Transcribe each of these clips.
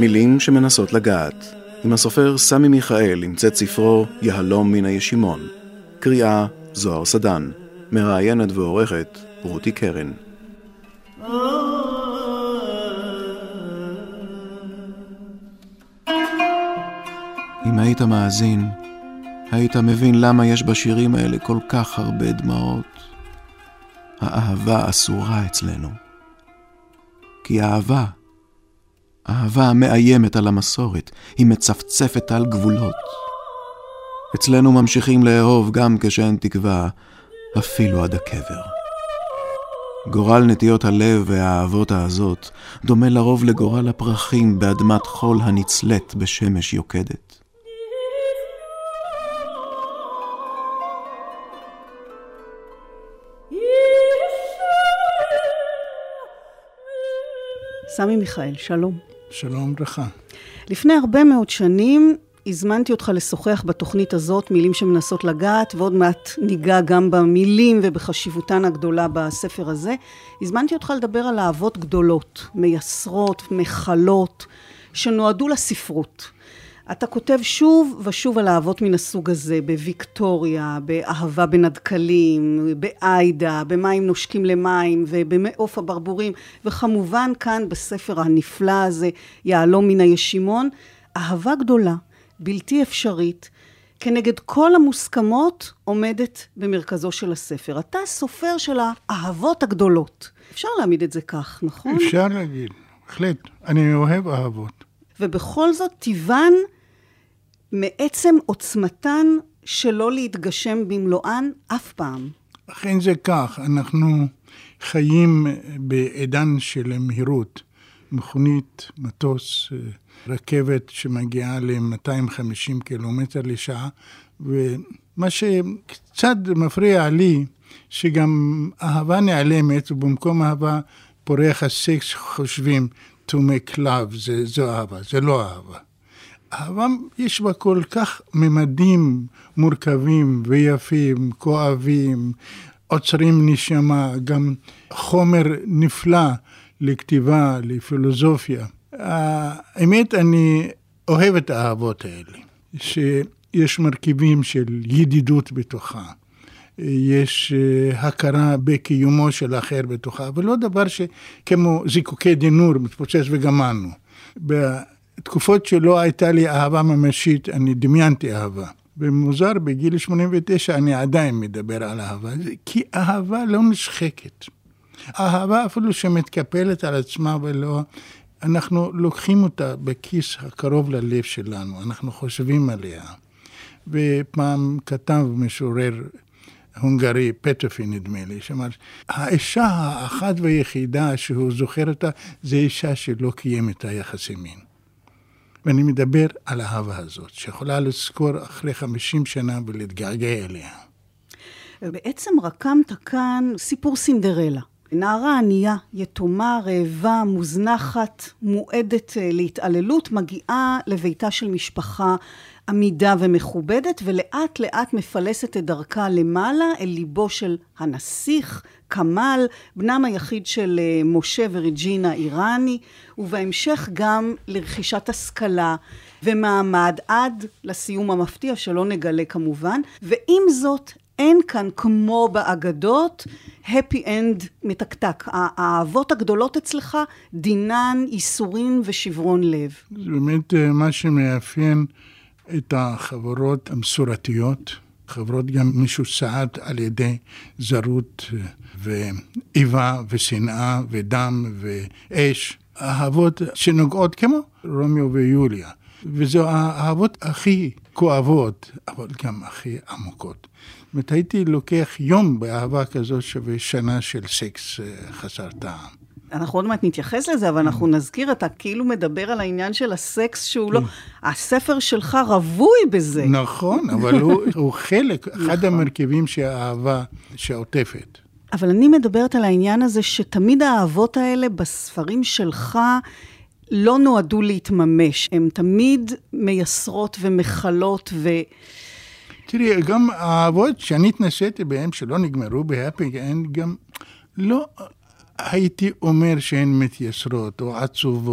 מילים שמנסות לגעת. עם הסופר סמי מיכאל המצאת ספרו יהלום מן הישימון. קריאה זוהר סדן. מראיינת ועורכת רותי קרן. אם היית מאזין, היית מבין למה יש בשירים האלה כל כך הרבה דמעות. האהבה אסורה אצלנו. כי האהבה מאיימת על המסורת, היא מצפצפת על גבולות. אצלנו ממשיכים לאהוב גם כשאין תקווה, אפילו עד הקבר. גורל נטיות הלב והאהבות הזאת דומה לרוב לגורל הפרחים באדמת חול הנצלת בשמש יוקדת. סמי מיכאל, שלום. שלום לך. לפני הרבה מאוד שנים הזמנתי אותך לשוחח בתוכנית הזאת, מילים שמנסות לגעת, ועוד מעט ניגע גם במילים ובחשיבותן הגדולה בספר הזה. הזמנתי אותך לדבר על אהבות גדולות, מייסרות, מחלות, שנועדו לספרות. אתה כותב שוב ושוב על אהבות מן הסוג הזה, בוויקטוריה, באהבה בנדקלים, באיידה, במים נושקים למים ובמעוף הברבורים, וכמובן כאן בספר הנפלא הזה, יהלום מן הישימון, אהבה גדולה, בלתי אפשרית, כנגד כל המוסכמות עומדת במרכזו של הספר. אתה סופר של האהבות הגדולות. אפשר להעמיד את זה כך, נכון? אפשר להגיד, בהחלט. אני אוהב אהבות. ובכל זאת טיבן מעצם עוצמתן שלא להתגשם במלואן אף פעם. אכן זה כך, אנחנו חיים בעידן של מהירות, מכונית, מטוס, רכבת שמגיעה ל-250 קילומטר לשעה, ומה שקצת מפריע לי, שגם אהבה נעלמת, ובמקום אהבה פורח הסקס חושבים, to make love, זו אהבה, זה לא אהבה. אהבה יש בה כל כך ממדים מורכבים ויפים, כואבים, עוצרים נשמה, גם חומר נפלא לכתיבה, לפילוסופיה. האמת, אני אוהב את האהבות האלה, שיש מרכיבים של ידידות בתוכה. יש הכרה בקיומו של האחר בתוכה, אבל לא דבר שכמו זיקוקי דינור, מתפוצץ וגמרנו. בתקופות שלא הייתה לי אהבה ממשית, אני דמיינתי אהבה. במוזר, בגיל 89, אני עדיין מדבר על אהבה, כי אהבה לא נשחקת. אהבה אפילו שמתקפלת על עצמה ולא, אנחנו לוקחים אותה בכיס הקרוב ללב שלנו, אנחנו חושבים עליה. ופעם כתב משורר הונגרי, פטופי נדמה לי, שאמר, האישה האחת והיחידה שהוא זוכר אותה, זה אישה שלא קיים את היחסי מין. ואני מדבר על האהבה הזאת, שיכולה לזכור אחרי 50 שנה ולהתגעגע אליה. בעצם רקמת כאן סיפור סינדרלה. נערה ענייה, יתומה, רעבה, מוזנחת, מועדת להתעללות, מגיעה לביתה של משפחה עמידה ומכובדת, ולאט לאט מפלסת את דרכה למעלה אל ליבו של הנסיך, כמל, בנם היחיד של משה ורג'ינה איראני, ובהמשך גם לרכישת השכלה ומעמד עד לסיום המפתיע שלא נגלה כמובן, ועם זאת אין כאן כמו באגדות happy end מתקתק. האהבות הגדולות אצלך דינן, איסורין ושברון לב. זה באמת מה שמאפיין את החברות המסורתיות, חברות גם משוסעת על ידי זרות ואיבה ושנאה ודם ואש, אהבות שנוגעות כמו רומיו ויוליה, וזו האהבות הכי כואבות, אבל גם הכי עמוקות. זאת אומרת, הייתי לוקח יום באהבה כזאת שווה שנה של סקס חסר טעם. אנחנו עוד מעט נתייחס לזה, אבל אנחנו נזכיר, אתה כאילו מדבר על העניין של הסקס שהוא לא, הספר שלך רווי בזה. נכון, אבל הוא חלק, אחד המרכיבים שהאהבה שעוטפת. אבל אני מדברת על העניין הזה שתמיד האהבות האלה בספרים שלך לא נועדו להתממש, הן תמיד מייסרות ומחלות תראי, גם האהבות שאני התנסיתי בהן שלא נגמרו בהפי, הן גם לא הייתי אומר שהן מתייסרות או עצובות.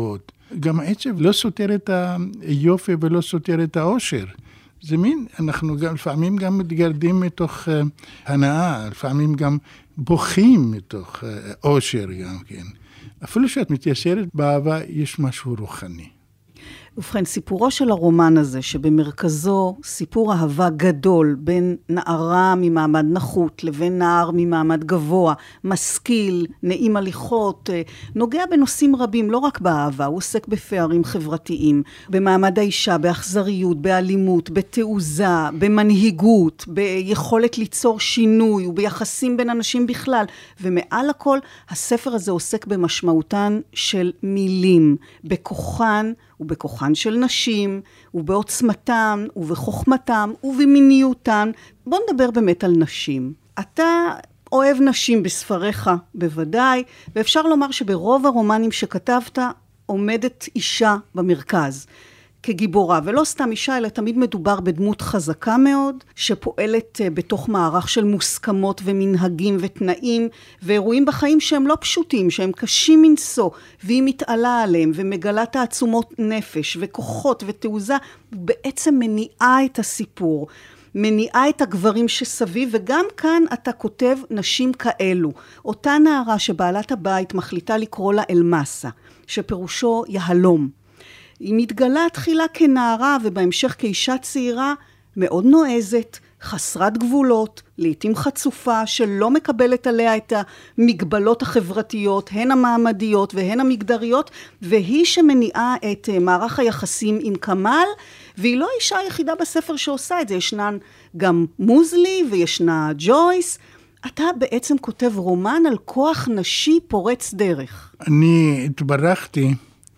גם העצב לא סותר את היופי ולא סותר את האושר. זה מין, אנחנו גם, לפעמים גם מתגרדים מתוך הנאה, לפעמים גם בוכים מתוך אושר גם כן. אפילו שאת מתייסרת באהבה, יש משהו רוחני. ובכן, סיפורו של הרומן הזה, שבמרכזו סיפור אהבה גדול בין נערה ממעמד נחות לבין נער ממעמד גבוה, משכיל, נעים הליכות, נוגע בנושאים רבים, לא רק באהבה, הוא עוסק בפערים חברתיים, במעמד האישה, באכזריות, באלימות, בתעוזה, במנהיגות, ביכולת ליצור שינוי וביחסים בין אנשים בכלל, ומעל הכל, הספר הזה עוסק במשמעותן של מילים, בכוחן, ובכוחן של נשים, ובעוצמתם, ובחוכמתם, ובמיניותן. בוא נדבר באמת על נשים. אתה אוהב נשים בספריך, בוודאי, ואפשר לומר שברוב הרומנים שכתבת, עומדת אישה במרכז. כגיבורה, ולא סתם אישה, אלא תמיד מדובר בדמות חזקה מאוד, שפועלת בתוך מערך של מוסכמות ומנהגים ותנאים, ואירועים בחיים שהם לא פשוטים, שהם קשים מנשוא, והיא מתעלה עליהם, ומגלה תעצומות נפש, וכוחות ותעוזה, בעצם מניעה את הסיפור, מניעה את הגברים שסביב, וגם כאן אתה כותב נשים כאלו. אותה נערה שבעלת הבית מחליטה לקרוא לה אלמסה, שפירושו יהלום. היא מתגלה תחילה כנערה ובהמשך כאישה צעירה מאוד נועזת, חסרת גבולות, לעתים חצופה, שלא מקבלת עליה את המגבלות החברתיות, הן המעמדיות והן המגדריות, והיא שמניעה את מערך היחסים עם כמל, והיא לא האישה היחידה בספר שעושה את זה, ישנן גם מוזלי וישנה ג'ויס. אתה בעצם כותב רומן על כוח נשי פורץ דרך. אני התברכתי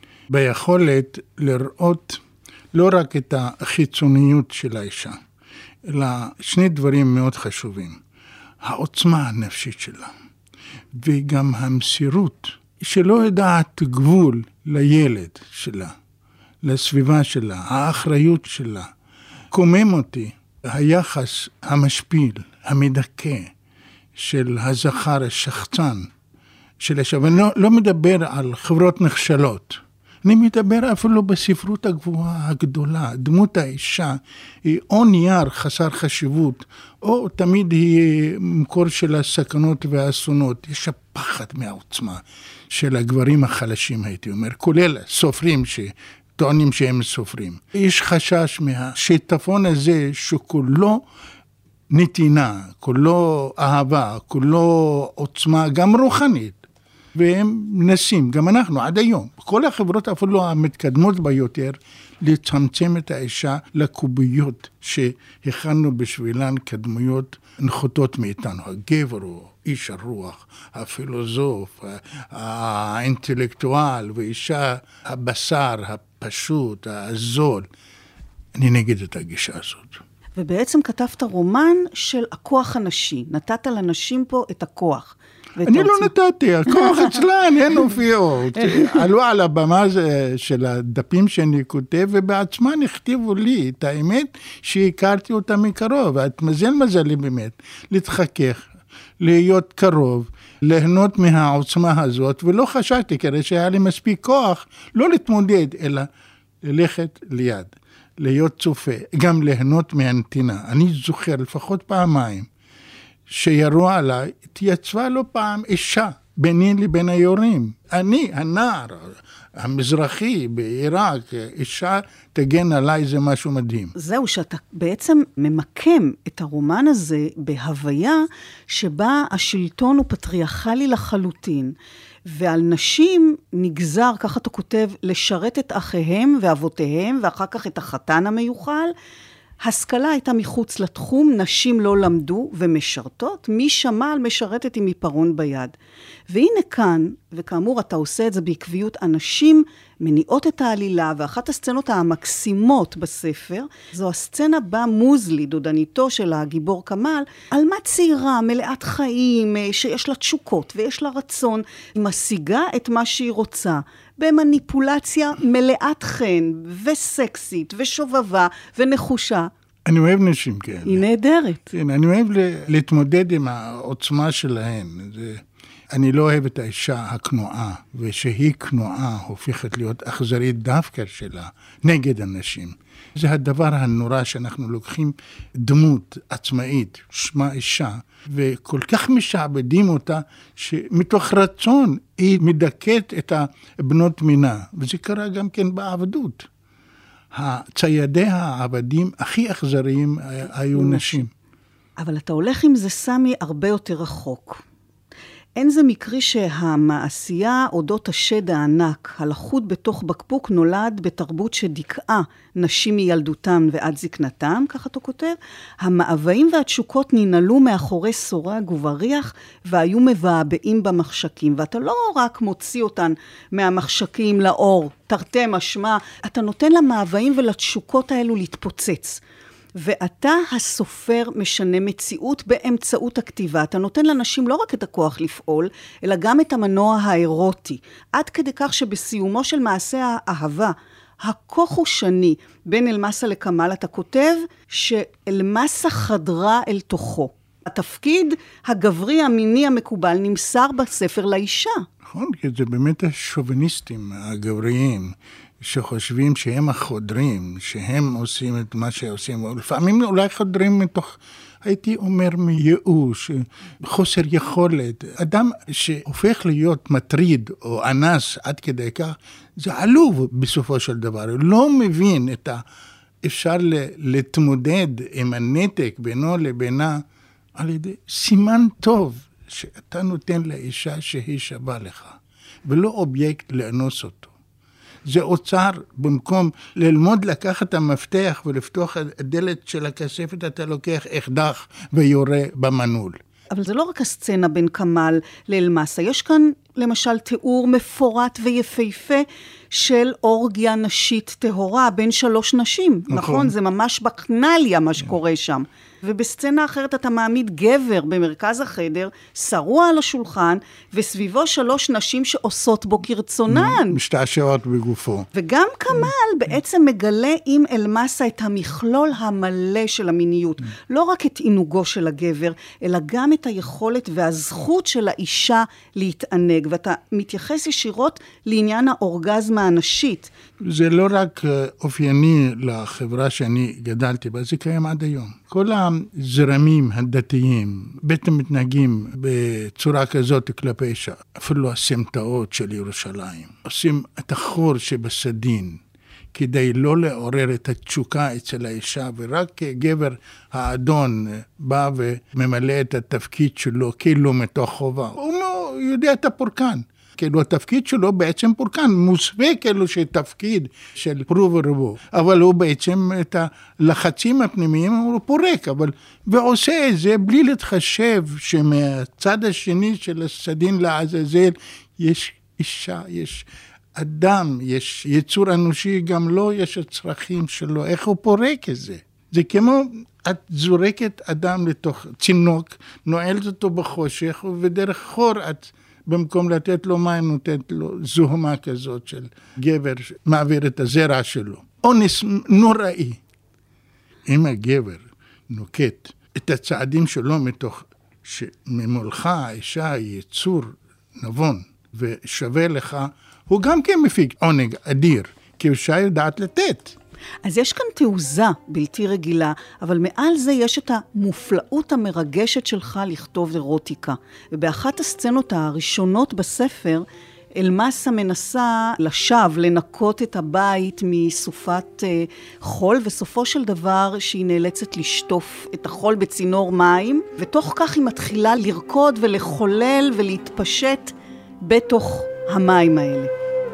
ביכולת לראות לא רק את החיצוניות של האישה, אלא שני דברים מאוד חשובים. העוצמה הנפשית שלה, וגם המסירות שלא יודעת גבול לילד שלה, לסביבה שלה, האחריות שלה. קומם אותי היחס המשפיל, המדכא של הזכר השחצן של האישה, ואני לא מדבר על חברות נכשלות. אני מדבר אפילו בספרות הגבוהה הגדולה. דמות האישה היא או נייר חסר חשיבות, או תמיד היא מקור של הסכנות והאסונות. יש הפחד מהעוצמה של הגברים החלשים, הייתי אומר, כולל סופרים שטוענים שהם סופרים. יש חשש מהשיטפון הזה שכולו נתינה, כולו אהבה, כולו עוצמה, גם רוחנית. והם מנסים, גם אנחנו עד היום, כל החברות אפילו המתקדמות ביותר, לצמצם את האישה לקוביות שהכנו בשבילן כדמויות נחותות מאיתנו. הגבר הוא איש הרוח, הפילוסוף, האינטלקטואל, ואישה הבשר, הפשוט, הזול. אני נגד את הגישה הזאת. ובעצם כתבת רומן של הכוח הנשי, נתת לנשים פה את הכוח. אני לא נתתי, הכוח אצלן, אין הופיעות. עלו על הבמה של הדפים שאני כותב, ובעצמן הכתיבו לי את האמת שהכרתי אותה מקרוב. מזלי באמת, להתחכך, להיות קרוב, ליהנות מהעוצמה הזאת, ולא חשבתי, כדי שהיה לי מספיק כוח, לא להתמודד, אלא ללכת ליד, להיות צופה, גם ליהנות מהנתינה. אני זוכר לפחות פעמיים, שירו עליי, התייצבה לא פעם אישה, ביני לבין היורים. אני, הנער, המזרחי בעיראק, אישה תגן עליי, זה משהו מדהים. זהו, שאתה בעצם ממקם את הרומן הזה בהוויה, שבה השלטון הוא פטריארכלי לחלוטין, ועל נשים נגזר, ככה אתה כותב, לשרת את אחיהם ואבותיהם, ואחר כך את החתן המיוחל. השכלה הייתה מחוץ לתחום, נשים לא למדו ומשרתות, מי שמע על משרתת עם עיפרון ביד. והנה כאן, וכאמור אתה עושה את זה בעקביות, אנשים מניעות את העלילה, ואחת הסצנות המקסימות בספר, זו הסצנה בה מוזלי, דודניתו של הגיבור כמל, עלמה צעירה, מלאת חיים, שיש לה תשוקות ויש לה רצון, משיגה את מה שהיא רוצה, במניפולציה מלאת חן וסקסית ושובבה ונחושה. אני אוהב נשים כאלה. היא נהדרת. כן, אני אוהב להתמודד עם העוצמה שלהן. אני לא אוהב את האישה הכנועה, ושהיא כנועה הופכת להיות אכזרית דווקא שלה, נגד אנשים. זה הדבר הנורא שאנחנו לוקחים דמות עצמאית, שמה אישה, וכל כך משעבדים אותה, שמתוך רצון היא מדכאת את הבנות מינה, וזה קרה גם כן בעבדות. ציידי העבדים הכי אכזריים היו נשים. אבל אתה הולך עם זה, סמי, הרבה יותר רחוק. אין זה מקרי שהמעשייה אודות השד הענק, הלכות בתוך בקבוק, נולד בתרבות שדיכאה נשים מילדותן ועד זקנתן, כך אתה כותב. המאוויים והתשוקות ננעלו מאחורי סורג ובריח, והיו מבעבעים במחשקים. ואתה לא רק מוציא אותן מהמחשקים לאור, תרתי משמע, אתה נותן למאוויים ולתשוקות האלו להתפוצץ. ואתה הסופר משנה מציאות באמצעות הכתיבה. אתה נותן לאנשים לא רק את הכוח לפעול, אלא גם את המנוע האירוטי. עד כדי כך שבסיומו של מעשה האהבה, הכוח הוא שני בין אלמסה לקמל, אתה כותב שאלמסה חדרה אל תוכו. התפקיד הגברי המיני המקובל נמסר בספר לאישה. נכון, כי זה באמת השוביניסטים הגבריים, שחושבים שהם החודרים, שהם עושים את מה שעושים, לפעמים אולי חודרים מתוך, הייתי אומר, מייאוש, חוסר יכולת. אדם שהופך להיות מטריד או אנס עד כדי כך, זה עלוב בסופו של דבר. הוא לא מבין את אפשר להתמודד עם הנתק בינו לבינה, על ידי סימן טוב שאתה נותן לאישה שהיא שווה לך, ולא אובייקט לאנוס אותו. זה אוצר, במקום ללמוד לקחת את המפתח ולפתוח את הדלת של הכספת, אתה לוקח אקדח ויורה במנעול. אבל זה לא רק הסצנה בין כמל לאלמסה, יש כאן למשל תיאור מפורט ויפהפה של אורגיה נשית טהורה בין 3 נשים. נכון? זה ממש בקנליה מה שקורה שם. ובסצנה אחרת אתה מעמיד גבר במרכז החדר, שרוע על השולחן, וסביבו 3 נשים שעושות בו כרצונן. משתעשעות בגופו. וגם כמל בעצם מגלה עם אלמסה את המכלול המלא של המיניות. לא רק את עינוגו של הגבר, אלא גם את היכולת והזכות של האישה להתענג. ואתה מתייחס ישירות לעניין האורגזמה הנשית. זה לא רק אופייני לחברה שאני גדלתי בה, זה קיים עד היום. כל הזרמים הדתיים, בעצם מתנהגים בצורה כזאת כלפי אישה. אפילו הסמטאות של ירושלים. עושים את החור שבסדין, כדי לא לעורר את התשוקה אצל האישה, ורק גבר האדון בא וממלא את התפקיד שלו כאילו מתוך חובה. הוא לא יודע את הפורקן. כאילו התפקיד שלו בעצם פורקן, מוסווה כאילו שתפקיד של פרו ורבו, אבל הוא בעצם את הלחצים הפנימיים הוא פורק, ועושה את זה בלי להתחשב שמהצד השני של הסדין לעזאזל יש אישה, יש אדם, יש יצור אנושי, גם לו יש הצרכים שלו, איך הוא פורק את זה? זה כמו את זורקת אדם לתוך צינוק, נועלת אותו בחושך, ודרך חור את במקום לתת לו מים, נותנת לו זוהמה כזאת של גבר מעביר את הזרע שלו. אונס נוראי. אם הגבר נוקט את הצעדים שלו מתוך שממולך האישה היא יצור נבון ושווה לך, הוא גם כן מפיק עונג אדיר, כי אישה יודעת לתת. אז יש כאן תעוזה בלתי רגילה, אבל מעל זה יש את המופלאות המרגשת שלך לכתוב אירוטיקה. ובאחת הסצנות הראשונות בספר, אלמסה מנסה לשווא, לנקות את הבית מסופת חול, וסופו של דבר שהיא נאלצת לשטוף את החול בצינור מים, ותוך כך היא מתחילה לרקוד ולחולל ולהתפשט בתוך המים האלה.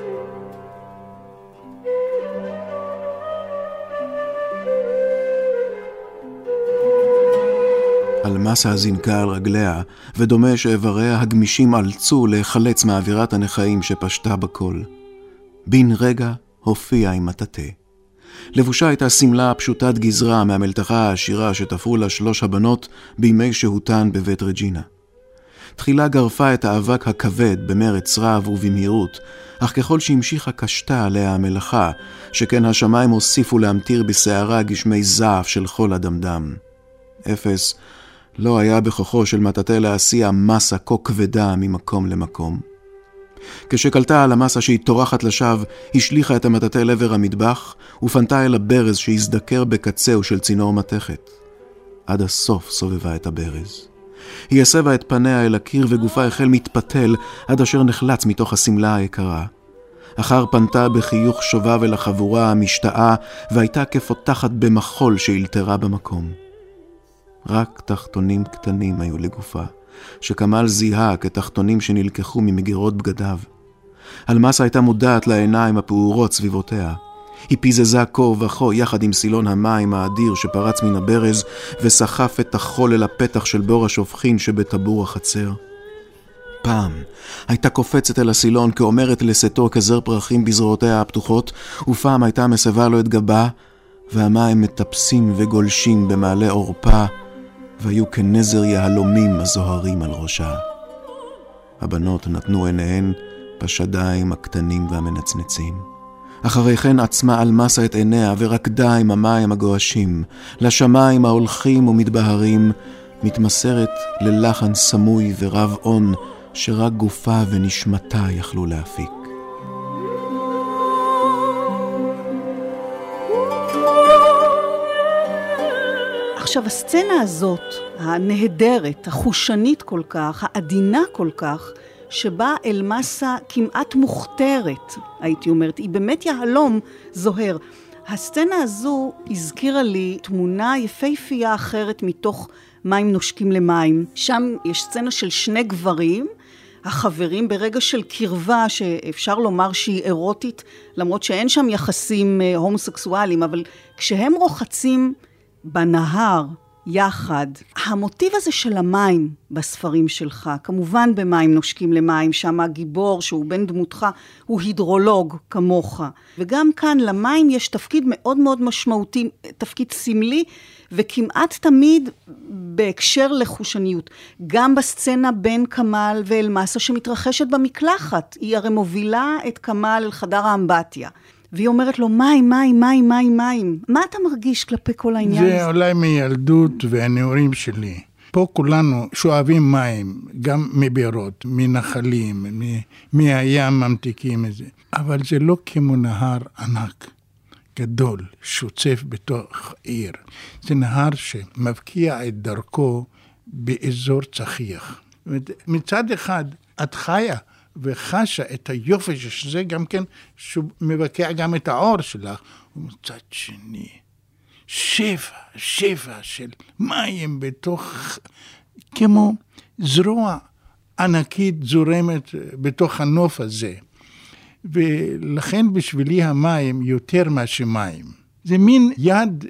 אלמסה זינקה על רגליה, ודומה שאיבריה הגמישים אלצו להיחלץ מאווירת הנחיים שפשטה בכל. בן רגע הופיע עם מטאטה. לבושה הייתה סמלה פשוטת גזרה מהמלתחה העשירה שתפרו לה 3 הבנות בימי שהותן בבית רג'ינה. תחילה גרפה את האבק הכבד במרץ רב ובמהירות, אך ככל שהמשיכה קשתה עליה המלאכה, שכן השמיים הוסיפו להמטיר בשערה גשמי זעף של חול אדמדם. אפס לא היה בכוחו של מטאטא להסיע מסה כה כבדה ממקום למקום. כשקלטה על המסה שהיא תורחת לשווא, השליחה את המטאטא לעבר המטבח, ופנתה אל הברז שהזדקר בקצהו של צינור מתכת. עד הסוף סובבה את הברז. היא הסבה את פניה אל הקיר וגופה החל מתפתל עד אשר נחלץ מתוך הסמלה היקרה. אחר פנתה בחיוך שובב אל החבורה המשתאה והייתה כפותחת במחול שהילתרה במקום. רק תחתונים קטנים היו לגופה, שכמל זיהה כתחתונים שנלקחו ממגירות בגדיו. אלמסה הייתה מודעת לעיניים הפעורות סביבותיה. היא פיזזה כה וכה יחד עם סילון המים האדיר שפרץ מן הברז וסחף את החול אל הפתח של בור השופכין שבטבור החצר. פעם הייתה קופצת אל הסילון כאומרת לסתו כזר פרחים בזרועותיה הפתוחות, ופעם הייתה מסבה לו את גבה, והמים מטפסים וגולשים במעלה אורפה, והיו כנזר יהלומים הזוהרים על ראשה. הבנות נתנו עיניהן בשדיים הקטנים והמנצנצים. אחרי כן עצמה אלמסה את עיניה ורקדה עם המים הגועשים, לשמיים ההולכים ומתבהרים, מתמסרת ללחן סמוי ורב עון, שרק גופה ונשמתה יכלו להפיק. עכשיו, הסצנה הזאת, הנהדרת, החושנית כל כך, העדינה כל כך, שבה אלמסה כמעט מוכתרת, הייתי אומרת, היא באמת יהלום זוהר. הסצנה הזו הזכירה לי תמונה יפהפייה אחרת מתוך מים נושקים למים. שם יש סצנה של שני גברים, החברים ברגע של קרבה שאפשר לומר שהיא אירוטית, למרות שאין שם יחסים הומוסקסואליים, אבל כשהם רוחצים בנהר יחד, המוטיב הזה של המים בספרים שלך, כמובן במים נושקים למים, שם הגיבור שהוא בן דמותך הוא הידרולוג כמוך, וגם כאן למים יש תפקיד מאוד מאוד משמעותי, תפקיד סמלי, וכמעט תמיד בהקשר לחושניות. גם בסצנה בין כמל ואלמסה שמתרחשת במקלחת, היא הרי מובילה את כמל אל חדר האמבטיה. והיא אומרת לו, מים, מים, מים, מים, מים. מה אתה מרגיש כלפי כל העניין הזה? זה אולי מילדות והנעורים שלי. פה כולנו שואבים מים, גם מבירות, מנחלים, מהים ממתיקים את זה. אבל זה לא כמו נהר ענק, גדול, שוצף בתוך עיר. זה נהר שמבקיע את דרכו באזור צחיח. מצד אחד, את חיה וחשה את היופי שזה גם כן, שהוא מבקע גם את האור שלך, ומצד שני, שפע של מים בתוך, כמו זרוע ענקית זורמת בתוך הנוף הזה. ולכן בשבילי המים יותר מהשמים. זה מין יד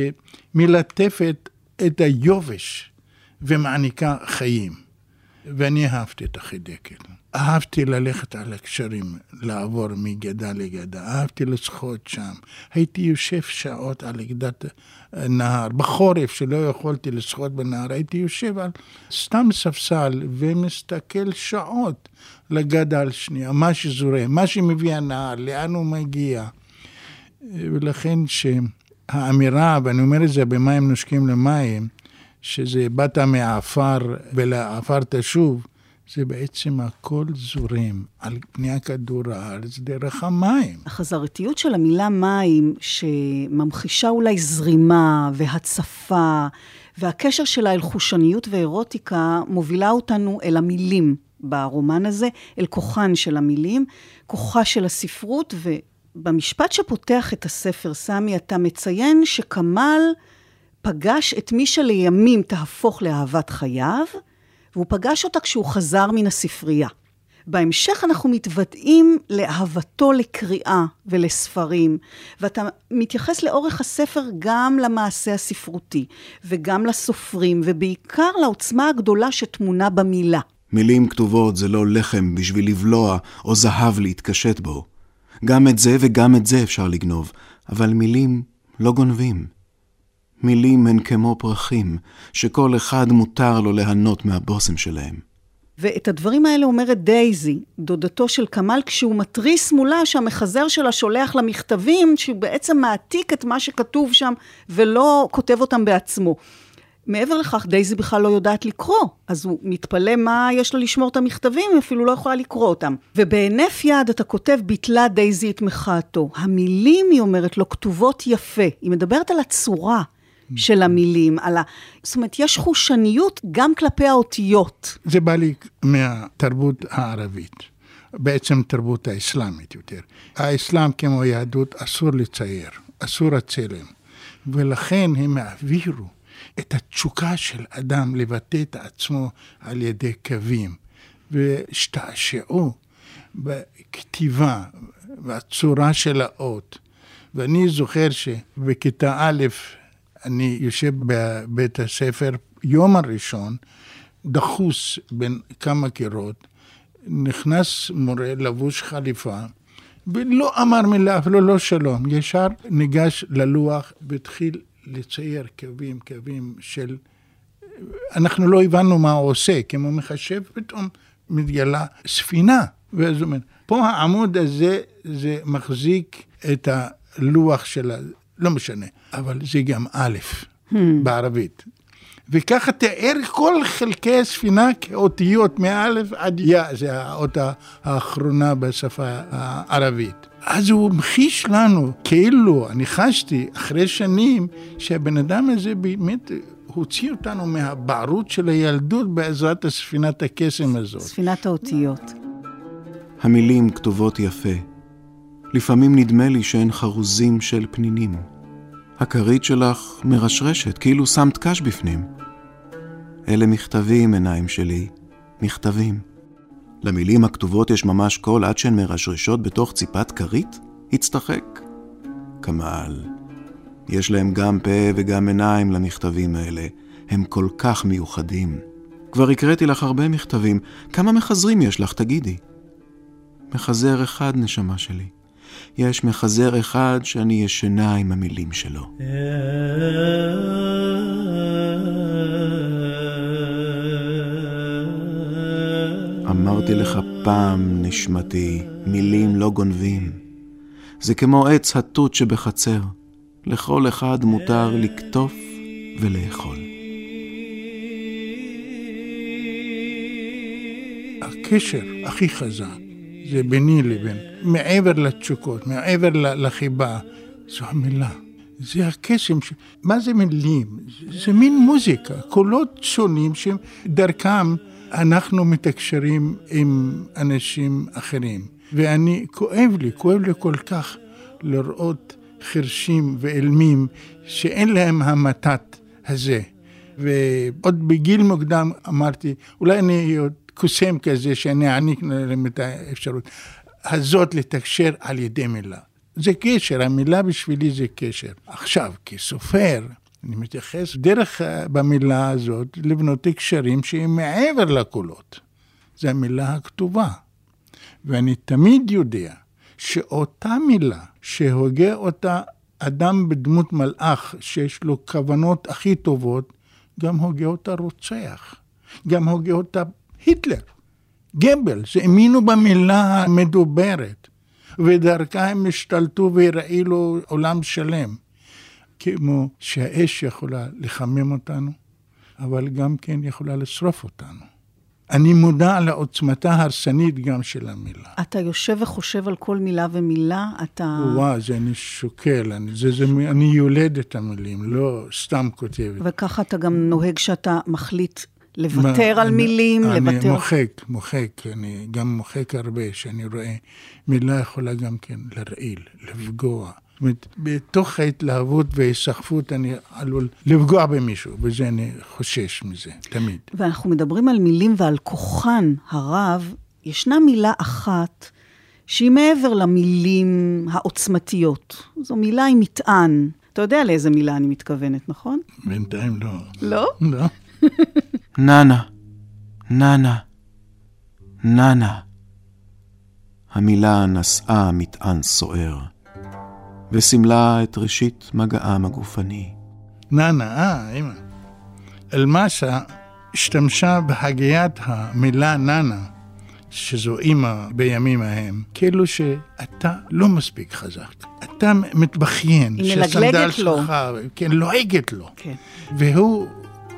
שמלטפת את היובש ומעניקה חיים. ואני אהבתי את החידקל. אהבתי ללכת על הקשרים, לעבור מגדה לגדה. אהבתי לשחות שם. הייתי יושב שעות על גדת נהר. בחורף שלא יכולתי לשחות בנהר, הייתי יושב על סתם ספסל ומסתכל שעות לגדה על שנייה. מה שזורם, מה שמביא הנהר, לאן הוא מגיע. ולכן שהאמירה, ואני אומר את זה במים נושקים למים, שזה באת מהעפר ולעפר תשוב, זה בעצם הכל זורם על פני הכדור הארץ דרך המים. החזרתיות של המילה מים, שממחישה אולי זרימה והצפה, והקשר שלה אל חושניות ואירוטיקה, מובילה אותנו אל המילים ברומן הזה, אל כוחן של המילים, כוחה של הספרות, ובמשפט שפותח את הספר, סמי, אתה מציין שכמל פגש את מי שלימים תהפוך לאהבת חייו, והוא פגש אותה כשהוא חזר מן הספרייה. בהמשך אנחנו מתוודעים לאהבתו לקריאה ולספרים, ואתה מתייחס לאורך הספר גם למעשה הספרותי, וגם לסופרים, ובעיקר לעוצמה הגדולה שתמונה במילה. מילים כתובות זה לא לחם בשביל לבלוע או זהב להתקשט בו. גם את זה וגם את זה אפשר לגנוב, אבל מילים לא גונבים. מילים הן כמו פרחים, שכל אחד מותר לו ליהנות מהבושם שלהם. ואת הדברים האלה אומרת דייזי, דודתו של כמל, כשהוא מטריס מולה שהמחזר שלה שולח למכתבים, שהוא בעצם מעתיק את מה שכתוב שם, ולא כותב אותם בעצמו. מעבר לכך, דייזי בכלל לא יודעת לקרוא, אז הוא מתפלא מה יש לה לשמור את המכתבים, אפילו לא יכולה לקרוא אותם. ובהינף יד אתה כותב, ביטלה דייזי את מחאתו. המילים, היא אומרת לו, כתובות יפה. היא מדברת על הצורה של המילים, זאת אומרת, יש חושניות גם כלפי האותיות. זה בא לי מהתרבות הערבית, בעצם תרבות האסלאמית יותר. האסלאם כמו היהדות אסור לצייר, אסור הצלם, ולכן הם העבירו את התשוקה של אדם לבטא את עצמו על ידי קווים, והשתעשעו בכתיבה, והצורה של האות. ואני זוכר שבכיתה א', אני יושב בבית הספר, יום הראשון, דחוס בין כמה קירות, נכנס מורה לבוש חליפה, ולא אמר מילה, אפילו לא שלום, ישר ניגש ללוח והתחיל לצייר קווים של... אנחנו לא הבנו מה הוא עושה, כמו מחשב, פתאום מתגלה ספינה. ואז אומר, פה העמוד הזה, זה מחזיק את הלוח של... לא משנה, אבל זה גם א' בערבית. וככה תיאר כל חלקי הספינה כאותיות מאלף עד יא, זה האות האחרונה בשפה הערבית. אז הוא המחיש לנו, כאילו, אני חשתי אחרי שנים, שהבן אדם הזה באמת הוציא אותנו מהבערות של הילדות בעזרת הספינת הקסם הזאת. ספינת האותיות. המילים כתובות יפה. לפעמים נדמה לי שהן חרוזים של פנינים. הכרית שלך מרשרשת, כאילו שמת קש בפנים. אלה מכתבים, עיניים שלי, מכתבים. למילים הכתובות יש ממש קול עד שהן מרשרשות בתוך ציפת כרית? הצטחק. כמל. יש להם גם פה וגם עיניים למכתבים האלה. הם כל כך מיוחדים. כבר הקראתי לך הרבה מכתבים. כמה מחזרים יש לך, תגידי? מחזר אחד, נשמה שלי. יש מחזר אחד שאני ישנה עם המילים שלו. אמרתי לך פעם, נשמתי, מילים לא גונבים. זה כמו עץ התות שבחצר. לכל אחד מותר לקטוף ולאכול. הקשר הכי חזק זה ביני לבין, מעבר לתשוקות, מעבר לחיבה, זו המילה. זה הקסם, מה זה מילים? זה מין מוזיקה, קולות שונים שדרכם אנחנו מתקשרים עם אנשים אחרים. ואני, כואב לי כל כך לראות חרשים ואלמים שאין להם המתת הזה. ועוד בגיל מוקדם אמרתי, אולי אני אהיה קוסם כזה שאני אעניק להם את האפשרות הזאת לתקשר על ידי מילה. זה קשר, המילה בשבילי זה קשר. עכשיו, כסופר, אני מתייחס דרך במילה הזאת לבנות קשרים שהם מעבר לקולות. זה המילה הכתובה. ואני תמיד יודע שאותה מילה שהוגה אותה אדם בדמות מלאך שיש לו כוונות הכי טובות, גם הוגה אותה רוצח. גם הוגה אותה היטלר. גבל, שהאמינו במילה המדוברת. ודרכה הם השתלטו והראילו עולם שלם. כמו שהאש יכולה לחמם אותנו, אבל גם כן יכולה לשרוף אותנו. אני מודע לעוצמתה הרסנית גם של המילה. אתה יושב וחושב על כל מילה ומילה, אתה... וואו, זה אני שוקל, אני יולד את המילים, לא סתם כותב. וככה אתה גם נוהג שאתה מחליט לוותר על מילים, אני מוחק, אני גם מוחק הרבה, שאני רואה מילה יכולה גם כן להרעיל, לפגוע. זאת אומרת, בתוך ההתלהבות והסחפות אני עלול לפגוע במישהו, וזה אני חושש מזה, תמיד. ואנחנו מדברים על מילים ועל כוחן הרב, ישנה מילה אחת שהיא מעבר למילים העוצמתיות. זו מילה עם מטען. אתה יודע לאיזה מילה אני מתכוונת, נכון? בינתיים לא. לא? לא. ננה, ננה, ננה. המילה נשאה מטען סוער, וסמלה את ראשית מגעם הגופני. ננה, אמא. אלמסה השתמשה בהגיית המילה ננה, שזו אמא בימים ההם, כאילו שאתה לא מספיק חזק. אתה מתבכיין. היא מלגלגת לו. כן, לועגת לו. כן. והוא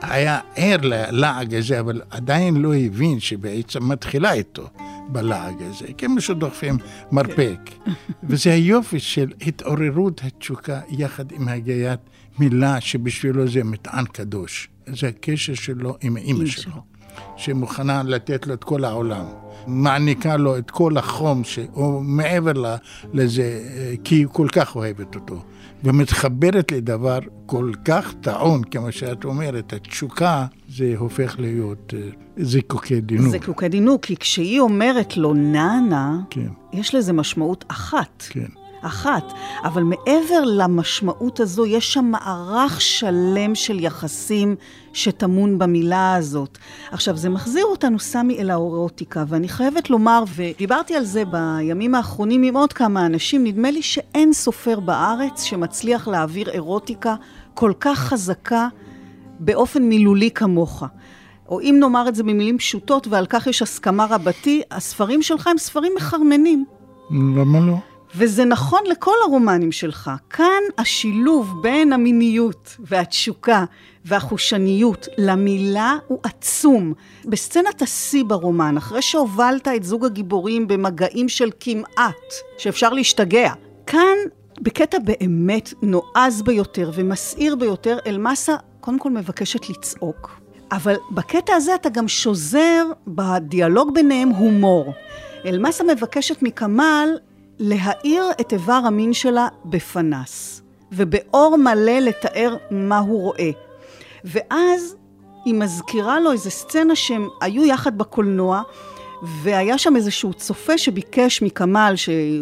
היה ער ללעג הזה, אבל עדיין לא הבין שבעצם מתחילה איתו בלעג הזה, כמו שדוחפים מרפק. וזה היופי של התעוררות התשוקה יחד עם הגיית מילה שבשבילו זה מטען קדוש. זה הקשר שלו עם אמא שלו, שמוכנה לתת לו את כל העולם. מעניקה לו את כל החום שהוא מעבר לזה, כי היא כל כך אוהבת אותו. ומתחברת לדבר כל כך טעון, כמו שאת אומרת, התשוקה, זה הופך להיות זיקוקי דינוק. זיקוקי דינוק, כי כשהיא אומרת לו ננה, כן. יש לזה משמעות אחת. כן. אחת, אבל מעבר למשמעות הזו, יש שם מערך שלם של יחסים שטמון במילה הזאת. עכשיו, זה מחזיר אותנו, סמי, אל האירוטיקה, ואני חייבת לומר, ודיברתי על זה בימים האחרונים עם עוד כמה אנשים, נדמה לי שאין סופר בארץ שמצליח להעביר אירוטיקה כל כך חזקה באופן מילולי כמוך. או אם נאמר את זה במילים פשוטות, ועל כך יש הסכמה רבתי, הספרים שלך הם ספרים מחרמנים. למה לא? וזה נכון לכל הרומנים שלך. כאן השילוב בין המיניות והתשוקה והחושניות למילה הוא עצום. בסצנת השיא ברומן, אחרי שהובלת את זוג הגיבורים במגעים של כמעט, שאפשר להשתגע, כאן בקטע באמת נועז ביותר ומסעיר ביותר, אלמסה קודם כל מבקשת לצעוק. אבל בקטע הזה אתה גם שוזר בדיאלוג ביניהם הומור. אלמסה מבקשת מכמל להאיר את איבר המין שלה בפנס, ובאור מלא לתאר מה הוא רואה. ואז היא מזכירה לו איזו סצנה שהם היו יחד בקולנוע, והיה שם איזשהו צופה שביקש מכמל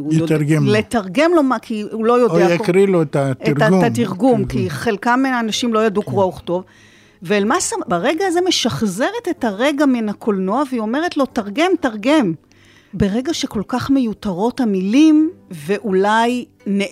לתרגם לו מה, כי הוא לא יודע. או יקריא לו את התרגום. את התרגום, כי חלקם מהאנשים לא ידעו קרוא וכתוב. ואלמסה ברגע הזה משחזרת את הרגע מן הקולנוע, והיא אומרת לו, תרגם. ברגע שכל כך מיותרות המילים, ואולי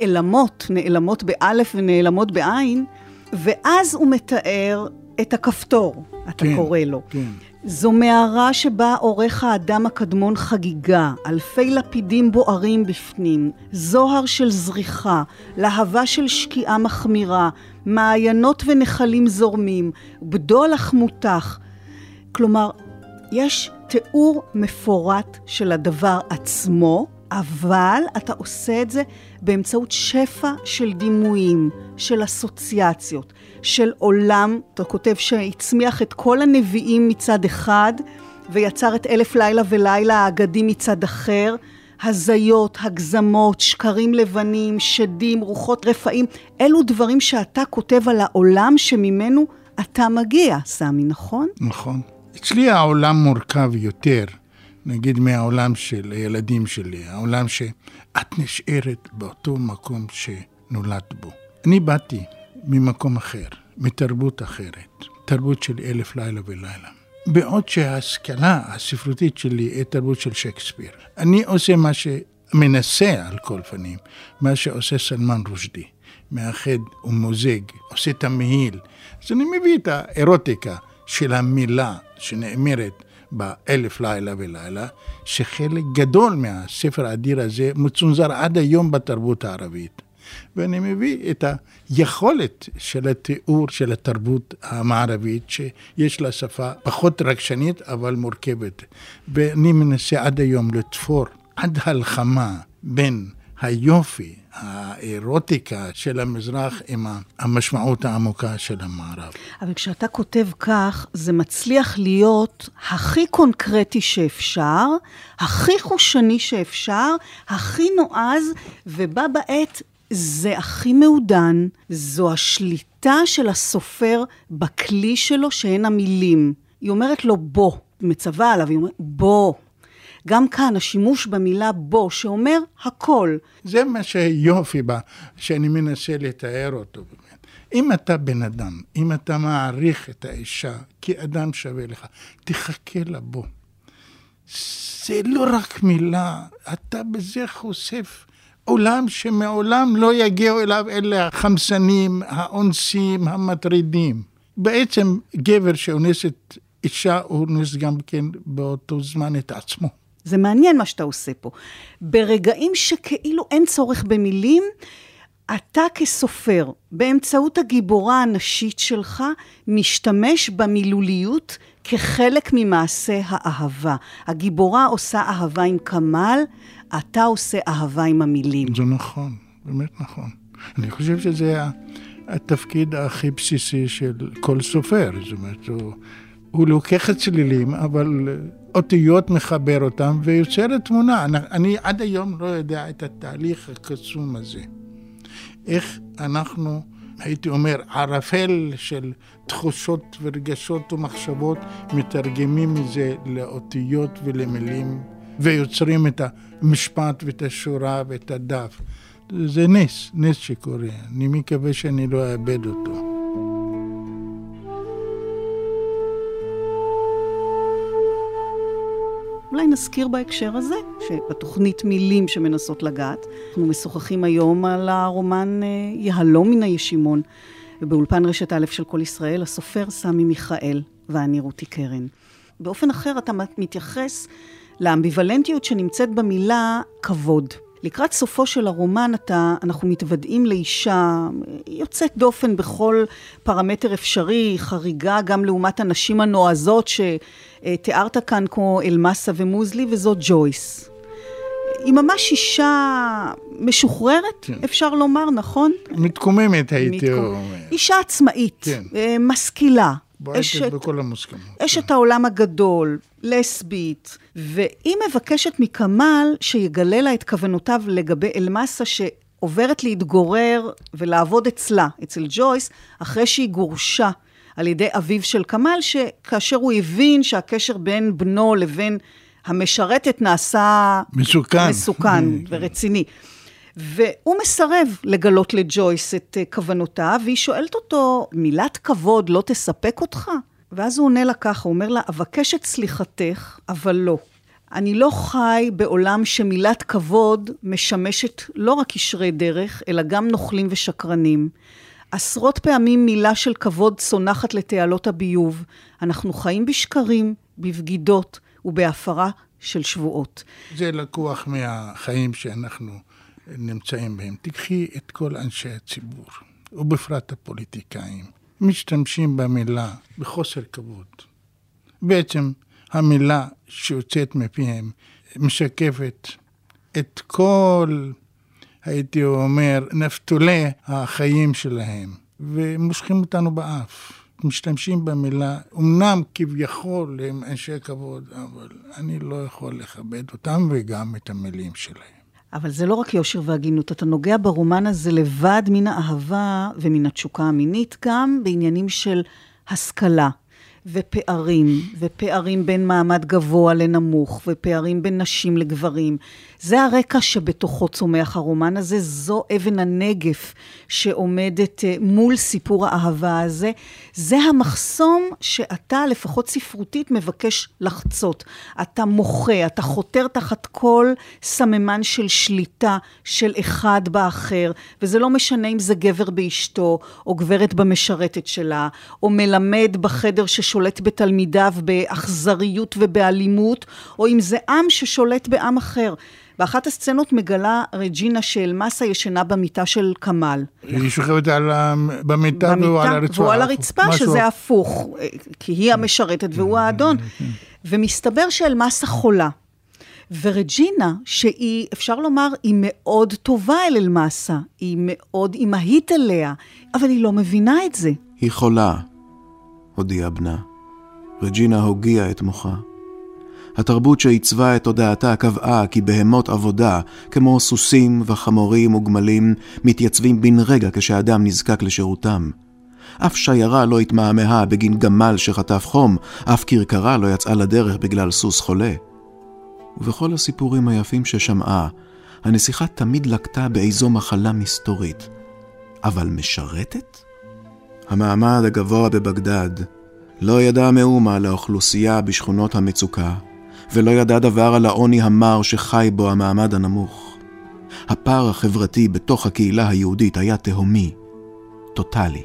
נעלמות באלף ונעלמות בעין, ואז הוא מתאר את הכפתור, אתה קורא לו. כן. זו מערה שבה עורך האדם הקדמון חגיגה, אלפי לפידים בוערים בפנים, זוהר של זריחה, להבה של שקיעה מחמירה, מעיינות ונחלים זורמים, בדולח מותח. כלומר, יש תיאור מפורט של הדבר עצמו, אבל אתה עושה את זה באמצעות שפע של דימויים, של אסוציאציות, של עולם. אתה כותב שהצמיח את כל הנביאים מצד אחד, ויצר את 1000 לילה ולילה האגדים מצד אחר, הזיות, הגזמות, שקרים לבנים, שדים, רוחות רפאים. אלו דברים שאתה כותב על העולם שממנו אתה מגיע, סמי, נכון? נכון. אצלי העולם מורכב יותר, נגיד מהעולם של הילדים שלי, העולם שאת נשארת באותו מקום שנולדת בו. אני באתי ממקום אחר, מתרבות אחרת, תרבות של 1000 לילה ולילה. בעוד שההשכלה הספרותית שלי היא תרבות של שייקספיר. אני עושה מה שמנסה על כל פנים, מה שעושה סלמן רושדי, מאחד ומוזג, עושה תמהיל. אז אני מביא את האירוטיקה של המילה שנאמרת ב1000 לילה ולילה, שחלק גדול מהספר האדיר הזה מצונזר עד היום בתרבות הערבית. ואני מביא את היכולת של התיאור של התרבות המערבית, שיש לה שפה פחות רגשנית, אבל מורכבת. ואני מנסה עד היום לתפור עד הלחמה בין היופי, האירוטיקה של המזרח עם המשמעות העמוקה של המערב. אבל כשאתה כותב כך, זה מצליח להיות הכי קונקרטי שאפשר, הכי חושני שאפשר, הכי נועז, ובא בעת זה הכי מעודן. זו השליטה של הסופר בכלי שלו שהן המילים. היא אומרת לו בוא, מצווה עליו, היא אומרת בוא. גם כאן השימוש במילה בו, שאומר הכל. זה מה שיופי בה, שאני מנסה לתאר אותו. אם אתה בן אדם, אם אתה מעריך את האישה כאדם שווה לך, תחכה לה בו. זה לא רק מילה, אתה בזה חושף עולם שמעולם לא יגיעו אליו אלה החמסנים, האונסים, המטרידים. בעצם גבר שאונס את אישה, הוא אונס גם כן באותו זמן את עצמו. זה מעניין מה שאתה עושה פה. ברגעים שכאילו אין צורך במילים, אתה כסופר, באמצעות הגיבורה הנשית שלך, משתמש במילוליות כחלק ממעשה האהבה. הגיבורה עושה אהבה עם כמל, אתה עושה אהבה עם המילים. זה נכון, באמת נכון. אני חושב שזה התפקיד הכי בסיסי של כל סופר. זאת אומרת, הוא לוקח את צלילים, אבל אותיות מחבר אותם ויוצר תמונה. אני עד היום לא יודע את התהליך הקסום הזה. איך אנחנו, הייתי אומר, ערפל של תחושות ורגשות ומחשבות, מתרגמים מזה לאותיות ולמילים, ויוצרים את המשפט ואת השורה ואת הדף. זה נס שקורה. אני מקווה שאני לא אאבד אותו. אולי נזכיר בהקשר הזה, שבתוכנית מילים שמנסות לגעת, אנחנו משוחחים היום על הרומן יהלום מן הישימון, ובאולפן רשת א' של כל ישראל, הסופר סמי מיכאל ואני רותי קרן. באופן אחר אתה מתייחס לאמביוולנטיות שנמצאת במילה כבוד. לקראת סופו של הרומן אנחנו מתוודעים לאישה יוצאת דופן בכל פרמטר אפשרי, חריגה גם לעומת הנשים הנועזות שתיארת כאן כמו אלמסה ומוזלי, וזו ג'ויס. היא ממש אישה משוחררת, כן. אפשר לומר, נכון? מתקוממת הייתי. אישה עצמאית, כן. משכילה. בועטת בכל המוסכמות. אשת העולם הגדול, לסבית, והיא מבקשת מכמל שיגלה לה את כוונותיו לגבי אלמסה שעוברת להתגורר ולעבוד אצלה, אצל ג'ויס, אחרי שהיא גורשה על ידי אביו של כמל, שכאשר הוא הבין שהקשר בין בנו לבין המשרתת נעשה מסוכן ורציני. והוא מסרב לגלות לג'ויס את כוונותיו, והיא שואלת אותו, מילת כבוד לא תספק אותך? ואז הוא עונה לה ככה, הוא אומר לה, אבקש את סליחתך, אבל לא. אני לא חי בעולם שמילת כבוד משמשת לא רק ישרי דרך, אלא גם נוכלים ושקרנים. עשרות פעמים מילה של כבוד צונחת לתעלות הביוב. אנחנו חיים בשקרים, בבגידות ובהפרה של שבועות. זה לקוח מהחיים שאנחנו נמצאים בהם. תקחי את כל אנשי הציבור, ובפרט הפוליטיקאים, משתמשים במילה בחוסר כבוד. בעצם המילה שיוצאת מפיהם משקפת את כל, הייתי אומר, נפתולי החיים שלהם, ומושכים אותנו באף. משתמשים במילה, אמנם כביכול הם אנשי כבוד, אבל אני לא יכול לכבד אותם וגם את המילים שלהם. אבל זה לא רק יושר והגינות, אתה נוגע ברומן הזה לבד מן האהבה ומן התשוקה המינית, גם בעניינים של השכלה ופערים בין מעמד גבוה לנמוך, ופערים בין נשים לגברים. זה הרקע שבתוכו צומח הרומן הזה, זו אבן הנגף שעומדת מול סיפור האהבה הזה. זה המחסום שאתה לפחות ספרותית מבקש לחצות. אתה מוחה, אתה חותר תחת כל סממן של שליטה של אחד באחר, וזה לא משנה אם זה גבר באשתו, או גברת במשרתת שלה, או מלמד בחדר ששולט בתלמידיו באכזריות ובאלימות, או אם זה עם ששולט בעם אחר. באחת הסצנות מגלה רג'ינה שאלמסה ישנה במיטה של כמל. היא שוכבת במיטה והוא על הרצפה. והוא על הרצפה, שזה הפוך, כי היא המשרתת והוא האדון. ומסתבר שאלמסה חולה. ורג'ינה, שהיא, אפשר לומר, היא מאוד טובה אל אלמסה, היא מאוד אימהית אליה, אבל היא לא מבינה את זה. היא חולה, הודיעה בנה. רג'ינה הוגיעה את מוחה. התרבות שעיצבה את תודעתה קבעה כי בהמות עבודה, כמו סוסים וחמורים וגמלים, מתייצבים בן רגע כשאדם נזקק לשירותם. אף שיירה לא התמהמהה בגין גמל שחטף חום, אף כרכרה לא יצאה לדרך בגלל סוס חולה. ובכל הסיפורים היפים ששמעה, הנסיכה תמיד לקטה באיזו מחלה מסתורית. אבל משרתת? המעמד הגבוה בבגדד לא ידע מאומה לאוכלוסייה בשכונות המצוקה, ולא ידע דבר על העוני המר שחי בו המעמד הנמוך. הפער החברתי בתוך הקהילה היהודית היה תהומי, טוטלי.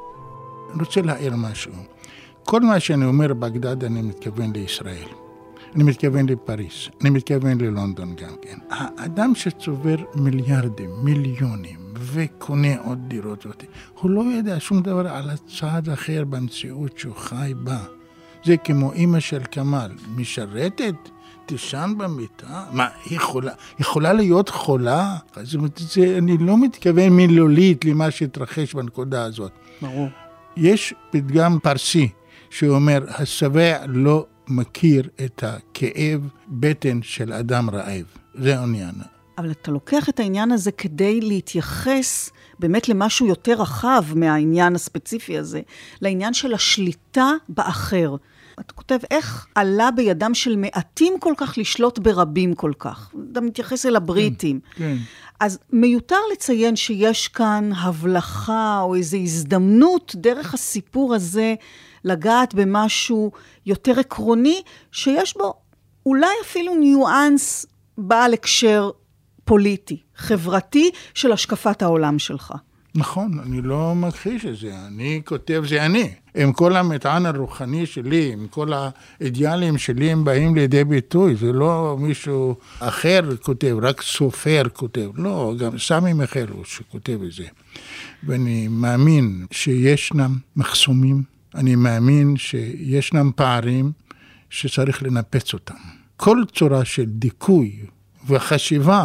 אני רוצה להעיר משהו. כל מה שאני אומר בגדד אני מתכוון לישראל. אני מתכוון לפריס, אני מתכוון ללונדון גם כן. האדם שצובר מיליארדים, מיליונים, וקונה עוד דירות, הוא לא יודע שום דבר על הצעד אחר במציאות שהוא חי בה. זה כמו אמא של כמאל, משרתת, תישן במיטה, מה, היא יכולה להיות חולה? זאת אומרת, אני לא מתכוון מילולית למה שהתרחש בנקודה הזאת. ברור. יש פתגם פרסי שאומר, השבע לא מכיר את הכאב בטן של אדם רעב. זה העניין. אבל אתה לוקח את העניין הזה כדי להתייחס באמת למשהו יותר רחב מהעניין הספציפי הזה, לעניין של השליטה באחר. אתה כותב, איך עלה בידם של מעטים כל כך לשלוט ברבים כל כך? אתה מתייחס אל הבריטים. כן. אז מיותר לציין שיש כאן הבלחה או איזו הזדמנות דרך הסיפור הזה לגעת במשהו יותר עקרוני, שיש בו אולי אפילו ניואנס בעל הקשר פוליטי, חברתי של השקפת העולם שלך. נכון, אני לא מכחיש את זה, אני כותב זה אני. עם כל המטען הרוחני שלי, עם כל האידיאלים שלי, הם באים לידי ביטוי, זה לא מישהו אחר כותב, רק סופר כותב, לא, גם סמי מיכאלוס שכותב את זה. ואני מאמין שישנם מחסומים, אני מאמין שישנם פערים שצריך לנפץ אותם. כל צורה של דיכוי וחשיבה,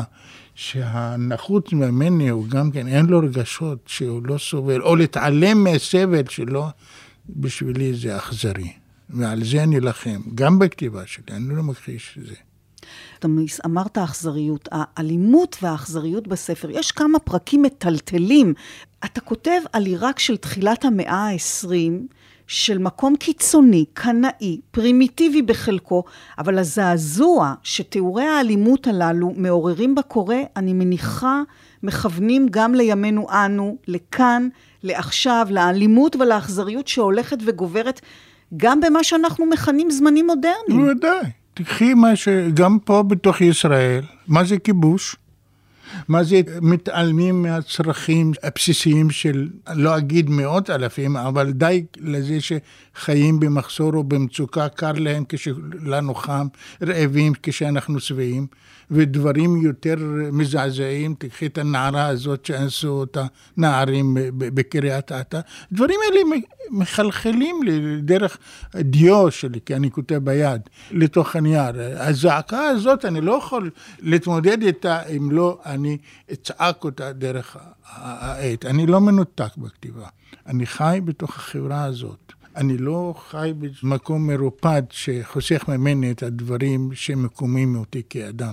שהנחות ממני הוא גם כן, אין לו רגשות שהוא לא סובל, או להתעלם מהסבל שלו, בשבילי זה אכזרי. ועל זה אני אלחם, גם בכתיבה שלי, אני לא מכחיש את זה. אתה אמרת האכזריות, האלימות והאכזריות בספר, יש כמה פרקים מטלטלים. אתה כותב על עיראק של תחילת המאה ה-20, של מקום קיצוני, קנאי, פרימיטיבי בחלקו, אבל הזעזוע שתיאורי האלימות הללו מעוררים בקורא, אני מניחה, מכוונים גם לימינו אנו, לכאן, לעכשיו, לאלימות ולאכזריות שהולכת וגוברת, גם במה שאנחנו מכנים זמנים מודרניים. ודאי. תקחי מה שגם פה בתוך ישראל, מה זה כיבוש? מה זה מתעלמים מהצרכים הבסיסיים של, לא אגיד מאות אלפים, אבל די לזה שחיים במחסור או במצוקה, קר להם כשלנו חם, רעבים כשאנחנו שבעים, ודברים יותר מזעזעים, תקחי את הנערה הזאת שאנסו אותה נערים בקריית אתא, דברים אלה מחלחלים לי דרך דיו שלי, כי אני כותב ביד, לתוך הנייר. הזעקה הזאת אני לא יכול להתמודד איתה אם לא אני אצעק אותה דרך העט. אני לא מנותק בכתיבה. אני חי בתוך החברה הזאת. אני לא חי במקום מרופד שחוסך ממני את הדברים שמקומים אותי כאדם.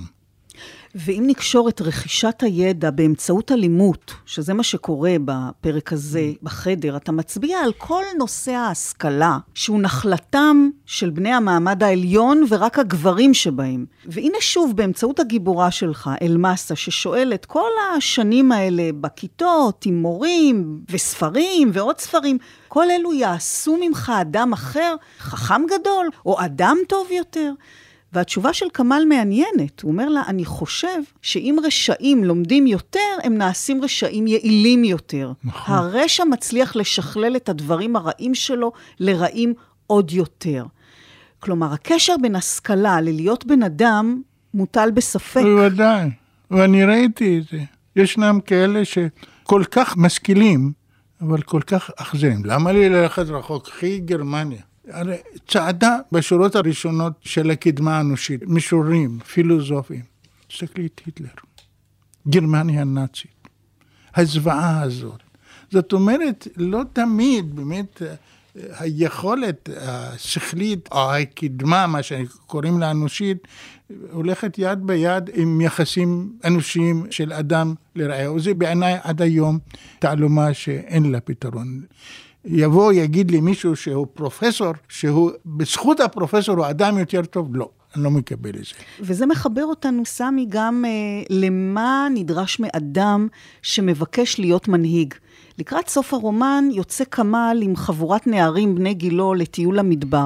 ואם נקשור את רכישת הידע באמצעות אלימות, שזה מה שקורה בפרק הזה בחדר, אתה מצביע על כל נושא ההשכלה, שהוא נחלתם של בני המעמד העליון ורק הגברים שבהם. והנה שוב, באמצעות הגיבורה שלך, אלמסה, ששואלת כל השנים האלה בכיתות, עם מורים וספרים ועוד ספרים, כל אלו יעשו ממך אדם אחר, חכם גדול, או אדם טוב יותר. והתשובה של כמאל מעניינת, הוא אומר לה, אני חושב שאם רשעים לומדים יותר, הם נעשים רשעים יעילים יותר. נכון. הרשע מצליח לשכלל את הדברים הרעים שלו לרעים עוד יותר. כלומר, הקשר בין השכלה ללהיות בן אדם מוטל בספק. בוודאי, ואני ראיתי את זה. ישנם כאלה שכל כך משכילים, אבל כל כך אכזרים. למה לי ללכת רחוק? קחי גרמניה. הרי צעדה בשורות הראשונות של הקדמה האנושית, משוררים, פילוסופים. תסתכלי את היטלר, גרמניה הנאצית, הזוועה הזאת. זאת אומרת, לא תמיד באמת היכולת השכלית או הקדמה, מה שקוראים לאנושית, הולכת יד ביד עם יחסים אנושיים של אדם לרעהו. זה בעיניי עד היום תעלומה שאין לה פתרון. יבוא, יגיד לי מישהו שהוא פרופסור, שהוא בזכות הפרופסור הוא אדם יותר טוב, לא, אני לא מקבל את זה. וזה מחבר אותנו, סמי, גם למה נדרש מאדם שמבקש להיות מנהיג. לקראת סוף הרומן יוצא כמאל עם חבורת נערים בני גילו לטיול המדבר,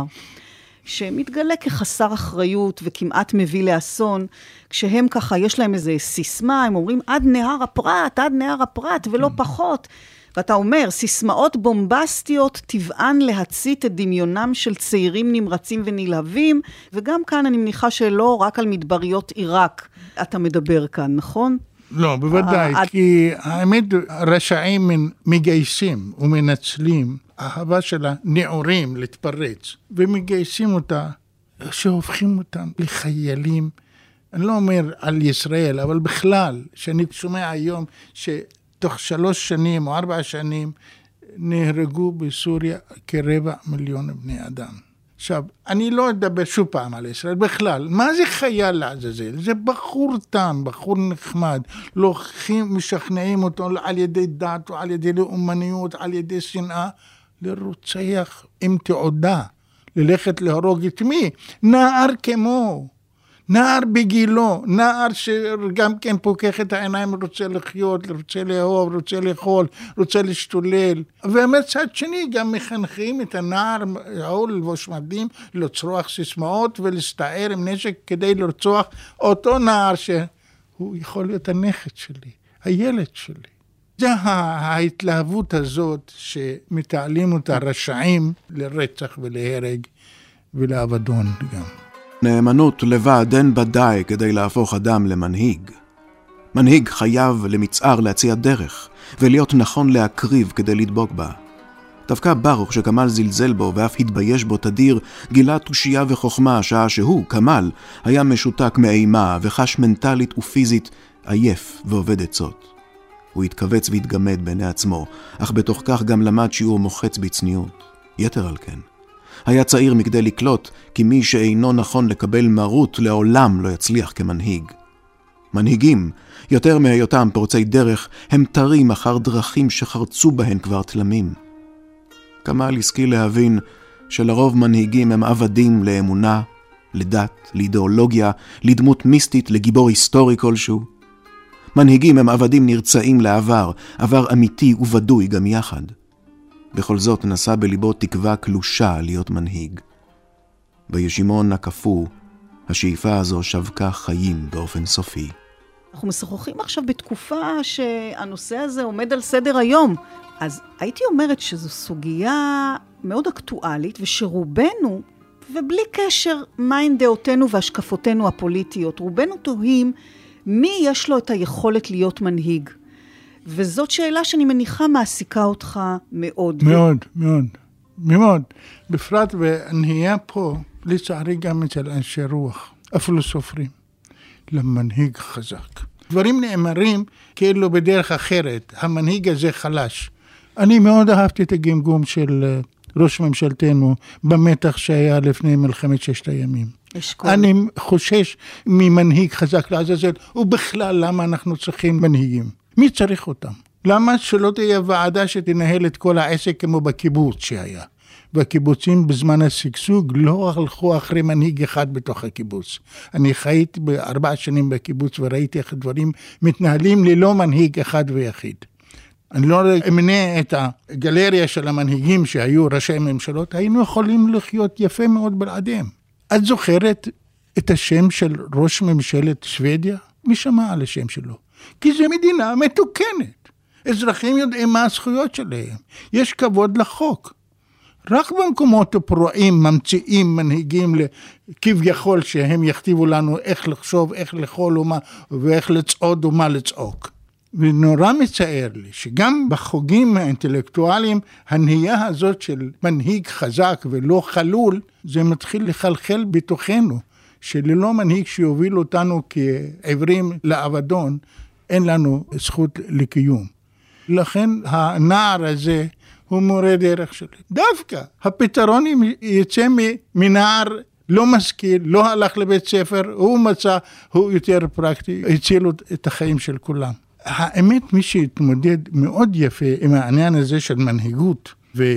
שמתגלה כחסר אחריות וכמעט מביא לאסון, כשהם ככה, יש להם איזה סיסמה, הם אומרים עד נהר הפרת, ולא פחות. ואתה אומר, סיסמאות בומבסטיות טבען להצית את דמיונם של צעירים נמרצים ונלהבים, וגם כאן אני מניחה שלא רק על מדבריות עיראק אתה מדבר כאן, נכון? לא, בוודאי, כי האמת רשעים מגייסים ומנצלים אהבה של הנעורים להתפרץ, ומגייסים אותה, שהופכים אותם לחיילים. אני לא אומר על ישראל, אבל בכלל, שאני שומע היום שתוך 3 שנים או 4 שנים נהרגו בסוריה כ250,000 בני אדם. עכשיו, אני לא אדבר שוב פעם על ישראל, בכלל, מה זה חייל לעזאזל? זה בחור תם, בחור נחמד, לוקחים, משכנעים אותו על ידי דת, או על ידי לאומניות, על ידי שנאה, לרוצח עם תעודה, ללכת להרוג את מי? נער כמו, נער בגילו, נער שגם כן פוקח את העיניים, רוצה לחיות, רוצה לאהוב, רוצה לאכול, רוצה להשתולל. ומצד שני גם מחנכים את הנער, או לבוש מדים, לצרוח סיסמאות ולהסתער עם נשק כדי לרצוח אותו נער שהוא יכול להיות הנכד שלי, הילד שלי. זה ההתלהבות הזאת שמתעלים אותה רשעים לרצח ולהרג ולאבדון גם. נאמנות לבד אין בה די כדי להפוך אדם למנהיג. מנהיג חייב למצער להציע דרך, ולהיות נכון להקריב כדי לדבוק בה. דווקא ברוך שכמל זלזל בו ואף התבייש בו תדיר, גילה תושייה וחוכמה שעה שהוא, כמל, היה משותק מאימה וחש מנטלית ופיזית עייף ועובד עצות. הוא התכווץ והתגמד בעיני עצמו, אך בתוך כך גם למד שיעור מוחץ בצניעות. יתר על כן. היה צעיר מכדי לקלוט, כי מי שאינו נכון לקבל מרות לעולם לא יצליח כמנהיג. מנהיגים, יותר מהיותם פורצי דרך, הם תרים אחר דרכים שחרצו בהן כבר תלמים. כמל השכיל להבין שלרוב מנהיגים הם עבדים לאמונה, לדת, לאידיאולוגיה, לדמות מיסטית, לגיבור היסטורי כלשהו. מנהיגים הם עבדים נרצאים לעבר, עבר אמיתי ובדוי גם יחד. בכל זאת נשא בליבו תקווה קלושה להיות מנהיג. בישימון הקפוא, השאיפה הזו שבקה חיים באופן סופי. אנחנו משוחחים עכשיו בתקופה שהנושא הזה עומד על סדר היום. אז הייתי אומרת שזו סוגיה מאוד אקטואלית, ושרובנו, ובלי קשר מהן דעותינו והשקפותינו הפוליטיות, רובנו תוהים מי יש לו את היכולת להיות מנהיג. וזאת שאלה שאני מניחה מעסיקה אותך מאוד. מאוד, מאוד, מאוד. בפרט ונהיה פה, לצערי גם אצל אנשי רוח, אפילו סופרים, למנהיג חזק. דברים נאמרים כאילו בדרך אחרת, המנהיג הזה חלש. אני מאוד אהבתי את הגמגום של ראש ממשלתנו במתח שהיה לפני מלחמת 6 הימים. אני חושש ממנהיג חזק לעזאזל, ובכלל למה אנחנו צריכים מנהיגים? מי צריך אותם? למה שלא תהיה ועדה שתנהל את כל העסק כמו בקיבוץ שהיה? והקיבוצים בזמן השגשוג לא הלכו אחרי מנהיג אחד בתוך הקיבוץ. אני חייתי 4 שנים בקיבוץ וראיתי איך הדברים מתנהלים ללא מנהיג אחד ויחיד. אני לא אמנה את הגלריה של המנהיגים שהיו ראשי ממשלות, היינו יכולים לחיות יפה מאוד בלעדיהם. את זוכרת את השם של ראש ממשלת שוודיה? מי שמע על השם שלו? כי זו מדינה מתוקנת. אזרחים יודעים מה הזכויות שלהם. יש כבוד לחוק. רק במקומות הפרועים ממציאים מנהיגים כביכול שהם יכתיבו לנו איך לחשוב, איך לאכול ואיך לצעוד ומה לצעוק. ונורא מצער לי שגם בחוגים האינטלקטואליים הנהייה הזאת של מנהיג חזק ולא חלול, זה מתחיל לחלחל בתוכנו, שללא מנהיג שיוביל אותנו כעברים לאבדון, אין לנו זכות לקיום. לכן הנער הזה הוא מורה דרך שלי. דווקא הפתרון יצא מנער לא משכיל, לא הלך לבית ספר, הוא מצא, הוא יותר פרקטי, הציל את החיים של כולם. האמת, מי שהתמודד מאוד יפה עם העניין הזה של מנהיגות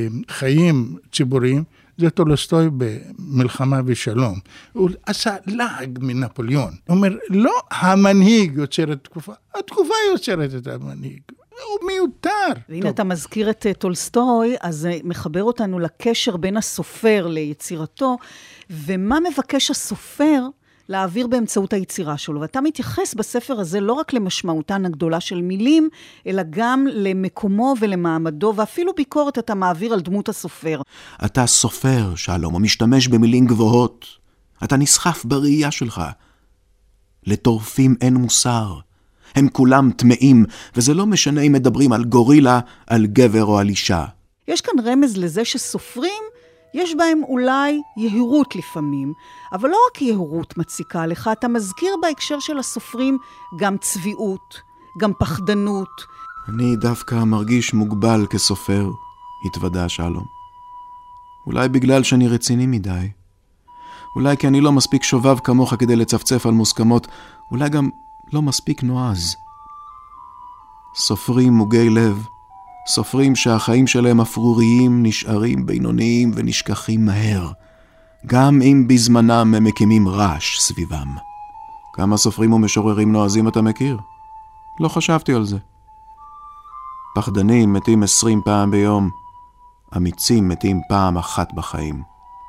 וחיים ציבוריים, זה טולסטוי במלחמה ושלום. הוא עשה לעג מנפוליאון. הוא אומר, לא המנהיג יוצר את התקופה, התקופה יוצרת את המנהיג. הוא מיותר. והנה אתה מזכיר את טולסטוי, אז זה מחבר אותנו לקשר בין הסופר ליצירתו, ומה מבקש הסופר להעביר באמצעות היצירה שלו. ואתה מתייחס בספר הזה לא רק למשמעותן הגדולה של מילים, אלא גם למקומו ולמעמדו, ואפילו ביקורת אתה מעביר על דמות הסופר. אתה סופר, שלום, ומשתמש במילים גבוהות. אתה נסחף בראייה שלך. לטורפים אין מוסר. הם כולם טמאים, וזה לא משנה אם מדברים על גורילה, על גבר או על אישה. יש כאן רמז לזה שסופרים, יש בהם אולי יהירות לפעמים, אבל לא רק יהירות מציקה לך, אתה מזכיר בהקשר של הסופרים גם צביעות, גם פחדנות. אני דווקא מרגיש מוגבל כסופר, התוודע שלום. אולי בגלל שאני רציני מדי. אולי כי אני לא מספיק שובב כמוך כדי לצפצף על מוסכמות, אולי גם לא מספיק נועז. סופרים מוגי לב, סופרים שהחיים שלהם אפרוריים, נשארים בינוניים ונשכחים מהר, גם אם בזמנם הם מקימים רעש סביבם. כמה סופרים ומשוררים נועזים אתה מכיר? לא חשבתי על זה. פחדנים מתים 20 פעם ביום, אמיצים מתים פעם אחת בחיים.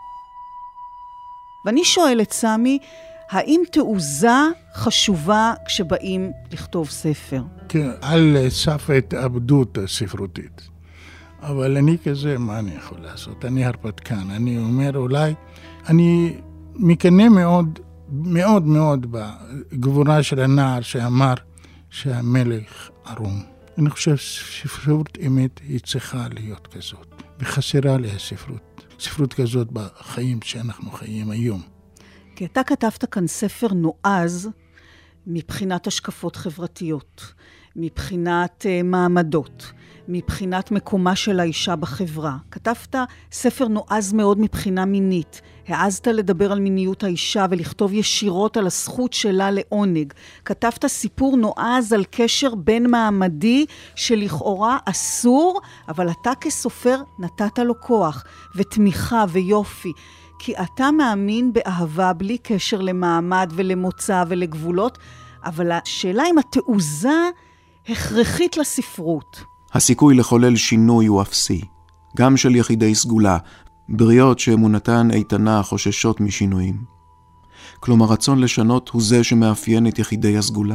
ואני שואלת, סמי, האם תעוזה חשובה כשבאים לכתוב ספר? כן, על סף ההתאבדות הספרותית. אבל אני כזה, מה אני יכול לעשות? אני הרפתקן. אני אומר, אולי, אני מקנא מאוד, מאוד מאוד בגבורה של הנער שאמר שהמלך ערום. אני חושב שספרות אמת היא צריכה להיות כזאת. וחסרה לי הספרות. ספרות כזאת בחיים שאנחנו חיים היום. כי אתה כתבת כאן ספר נועז מבחינת השקפות חברתיות, מבחינת מעמדות, מבחינת מקומה של האישה בחברה. כתבת ספר נועז מאוד מבחינה מינית. העזת לדבר על מיניות האישה ולכתוב ישירות על הזכות שלה לעונג. כתבת סיפור נועז על קשר בין מעמדי שלכאורה אסור, אבל אתה כסופר נתת לו כוח ותמיכה ויופי. כי אתה מאמין באהבה בלי קשר למעמד ולמוצא ולגבולות, אבל השאלה אם התעוזה הכרחית לספרות. הסיכוי לחולל שינוי הוא אפסי, גם של יחידי סגולה, בריות שאמונתן איתנה חוששות משינויים. כלומר, רצון לשנות הוא זה שמאפיין את יחידי הסגולה.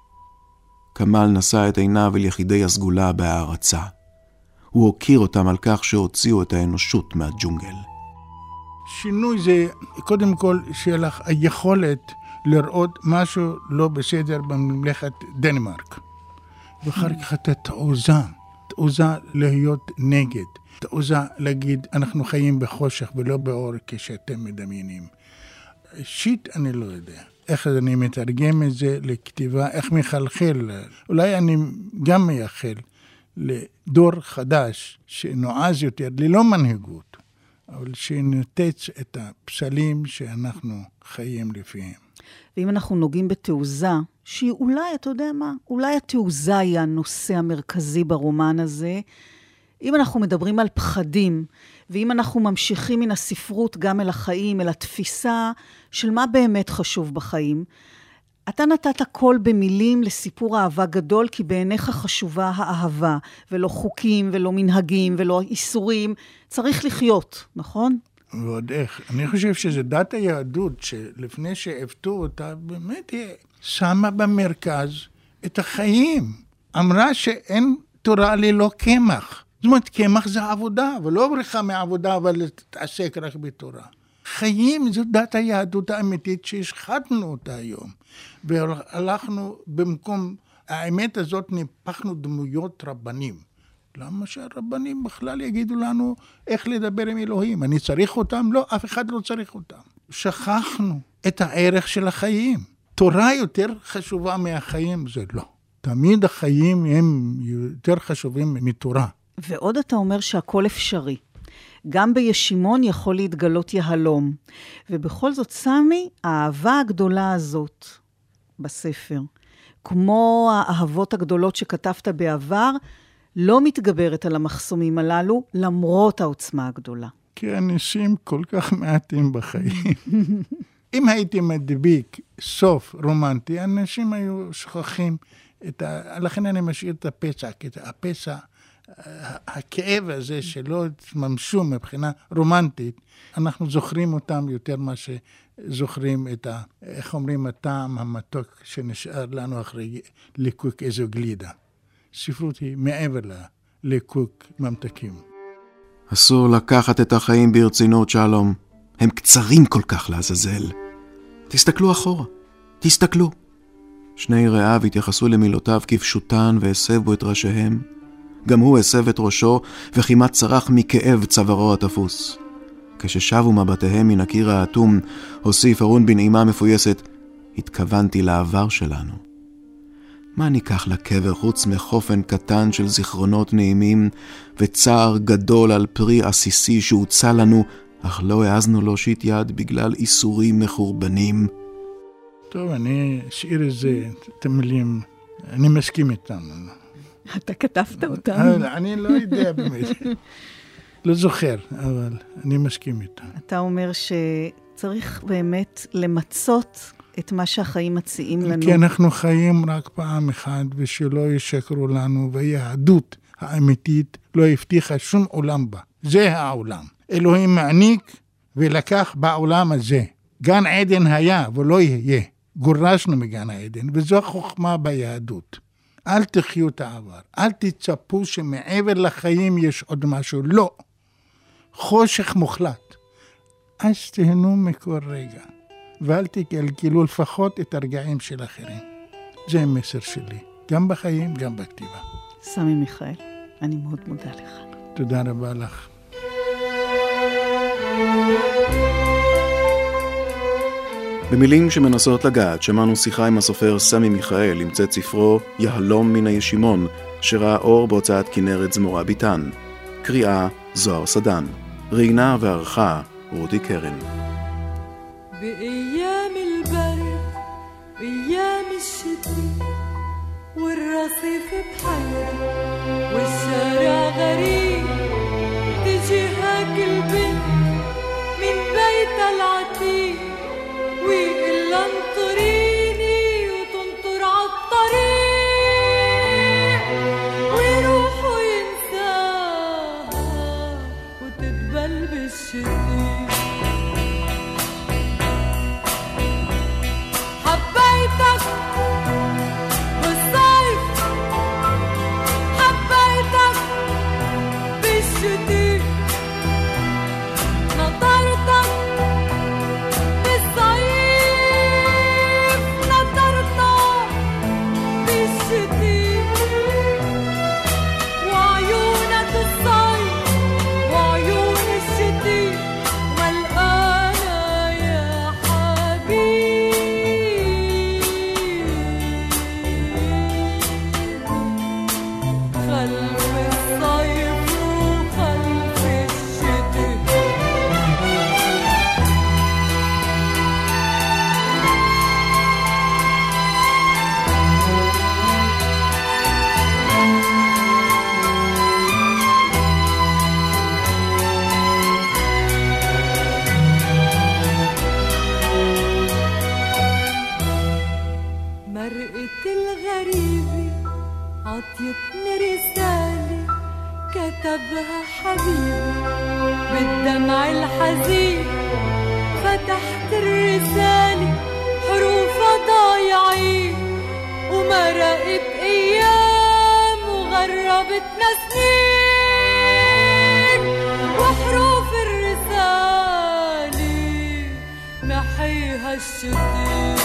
כמל נשא את עיניו אל יחידי הסגולה בהערצה. הוא הוקיר אותם על כך שהוציאו את האנושות מהג'ונגל. שינוי זה קודם כל שיהיה לך היכולת לראות משהו לא בסדר בממלכת דנמרק. ואחר כך את תעוזה להיות נגד, תעוזה להגיד אנחנו חיים בחושך ולא באור כשאתם מדמיינים. שיט אני לא יודע. איך אני מתרגם את זה לכתיבה, איך מחלחל. אולי אני גם מייחל לדור חדש שנועז יותר, ללא מנהיגות. אבל שנתץ את הפסלים שאנחנו חיים לפיהם. ואם אנחנו נוגעים בתעוזה, שהיא אולי, אתה יודע מה, אולי התעוזה היא הנושא המרכזי ברומן הזה, אם אנחנו מדברים על פחדים, ואם אנחנו ממשיכים מן הספרות גם אל החיים, אל התפיסה של מה באמת חשוב בחיים, אתה נתת קול במילים לסיפור אהבה גדול, כי בעיניך חשובה האהבה, ולא חוקים, ולא מנהגים, ולא איסורים. צריך לחיות, נכון? ועוד איך. אני חושב שזה דת היהדות, שלפני שהפתו אותה, באמת היא שמה במרכז את החיים. אמרה שאין תורה ללא קמח. זאת אומרת, קמח זה עבודה, ולא בריחה מעבודה, אבל תתעסק רק בתורה. חיים זו דת היהדות האמיתית שהשחטנו אותה היום. והלכנו במקום, האמת הזאת ניפחנו דמויות רבנים. למה שהרבנים בכלל יגידו לנו איך לדבר עם אלוהים? אני צריך אותם? לא, אף אחד לא צריך אותם. שכחנו את הערך של החיים. תורה יותר חשובה מהחיים, זה לא. תמיד החיים הם יותר חשובים מתורה. ועוד אתה אומר שהכל אפשרי. גם בישימון יכול להתגלות יהלום. ובכל זאת, סמי, האהבה הגדולה הזאת בספר, כמו האהבות הגדולות שכתבת בעבר, לא מתגברת על המחסומים הללו, למרות העוצמה הגדולה. כי אנשים כל כך מעטים בחיים. אם הייתי מדביק סוף רומנטי, אנשים היו שוכחים לכן אני משאיר את הפצע, כי הפצע הכאב הזה שלא התממשו מבחינה רומנטית, אנחנו זוכרים אותם יותר מה שזוכרים את איך אומרים, הטעם המתוק שנשאר לנו אחרי ליקוק איזו גלידה. ספרות היא מעבר לליקוק ממתקים. אסור לקחת את החיים ברצינות, שלום. הם קצרים כל כך לעזאזל. תסתכלו אחורה, תסתכלו. שני רעיו התייחסו למילותיו כפשוטן והסבו את ראשיהם. גם הוא הסב את ראשו וכמעט צרח מכאב צווארו התפוס. כששבו מבטיהם מן הקיר האטום, הוסיף ארון בנעימה מפויסת, התכוונתי לעבר שלנו. מה ניקח לקבר חוץ מחופן קטן של זיכרונות נעימים וצער גדול על פרי עסיסי שהוצא לנו, אך לא העזנו להושיט יד בגלל איסורים מחורבנים? טוב, אני אשאיר את המילים, אני מסכים איתם. אתה כתבת אותם? אני לא יודע באמת. לא זוכר, אבל אני מסכים איתם. אתה אומר שצריך באמת למצות את מה שהחיים מציעים לנו. כי אנחנו חיים רק פעם אחת, ושלא ישקרו לנו, והיהדות האמיתית לא הבטיחה שום עולם בה. זה העולם. אלוהים מעניק ולקח בעולם הזה. גן עדן היה ולא יהיה. גורשנו מגן העדן, וזו חוכמה ביהדות. אל תחיו את העבר. אל תצפו שמעבר לחיים יש עוד משהו. לא. חושך מוחלט. אז תהנו מכל רגע. ואל תקלקלו לפחות את הרגעים של אחרים. זה המסר שלי. גם בחיים, גם בכתיבה. סמי מיכאל, אני מאוד מודה לך. תודה רבה לך. במילים שמנסות לגעת, שמענו שיחה עם הסופר סמי מיכאל, עם צאת ספרו יהלום מן הישימון, שראה אור בהוצאת כנרת זמורה ביטן. קריאה זוהר סדן. ראינה וערכה רותי קרן. بأيام البرد بأيام الشتاء والرصيف بحيرة والشارع غريب تجي هاك البنت من بيت العتيق ويقول انطريني وتنطر عالطريق ويروحوا ينساها وتدبل بالشتاء. حبيتك بالصيف حبيتك بالشتاء نطرتك بالصيف نطرتك بالشتاء وعيونك الصيف وعيون الشتاء ملقانة يا حبيبي خلف الصيف وخلف الشتاء. مرقة الغريبة عطيتني رسالة كتبها حبيبي بالدمع الحزين فتحت الرسالة حروفها ضايعين ومرقت أيام وغربتنا سنين وحروف الرسالة نحيها الشتاء.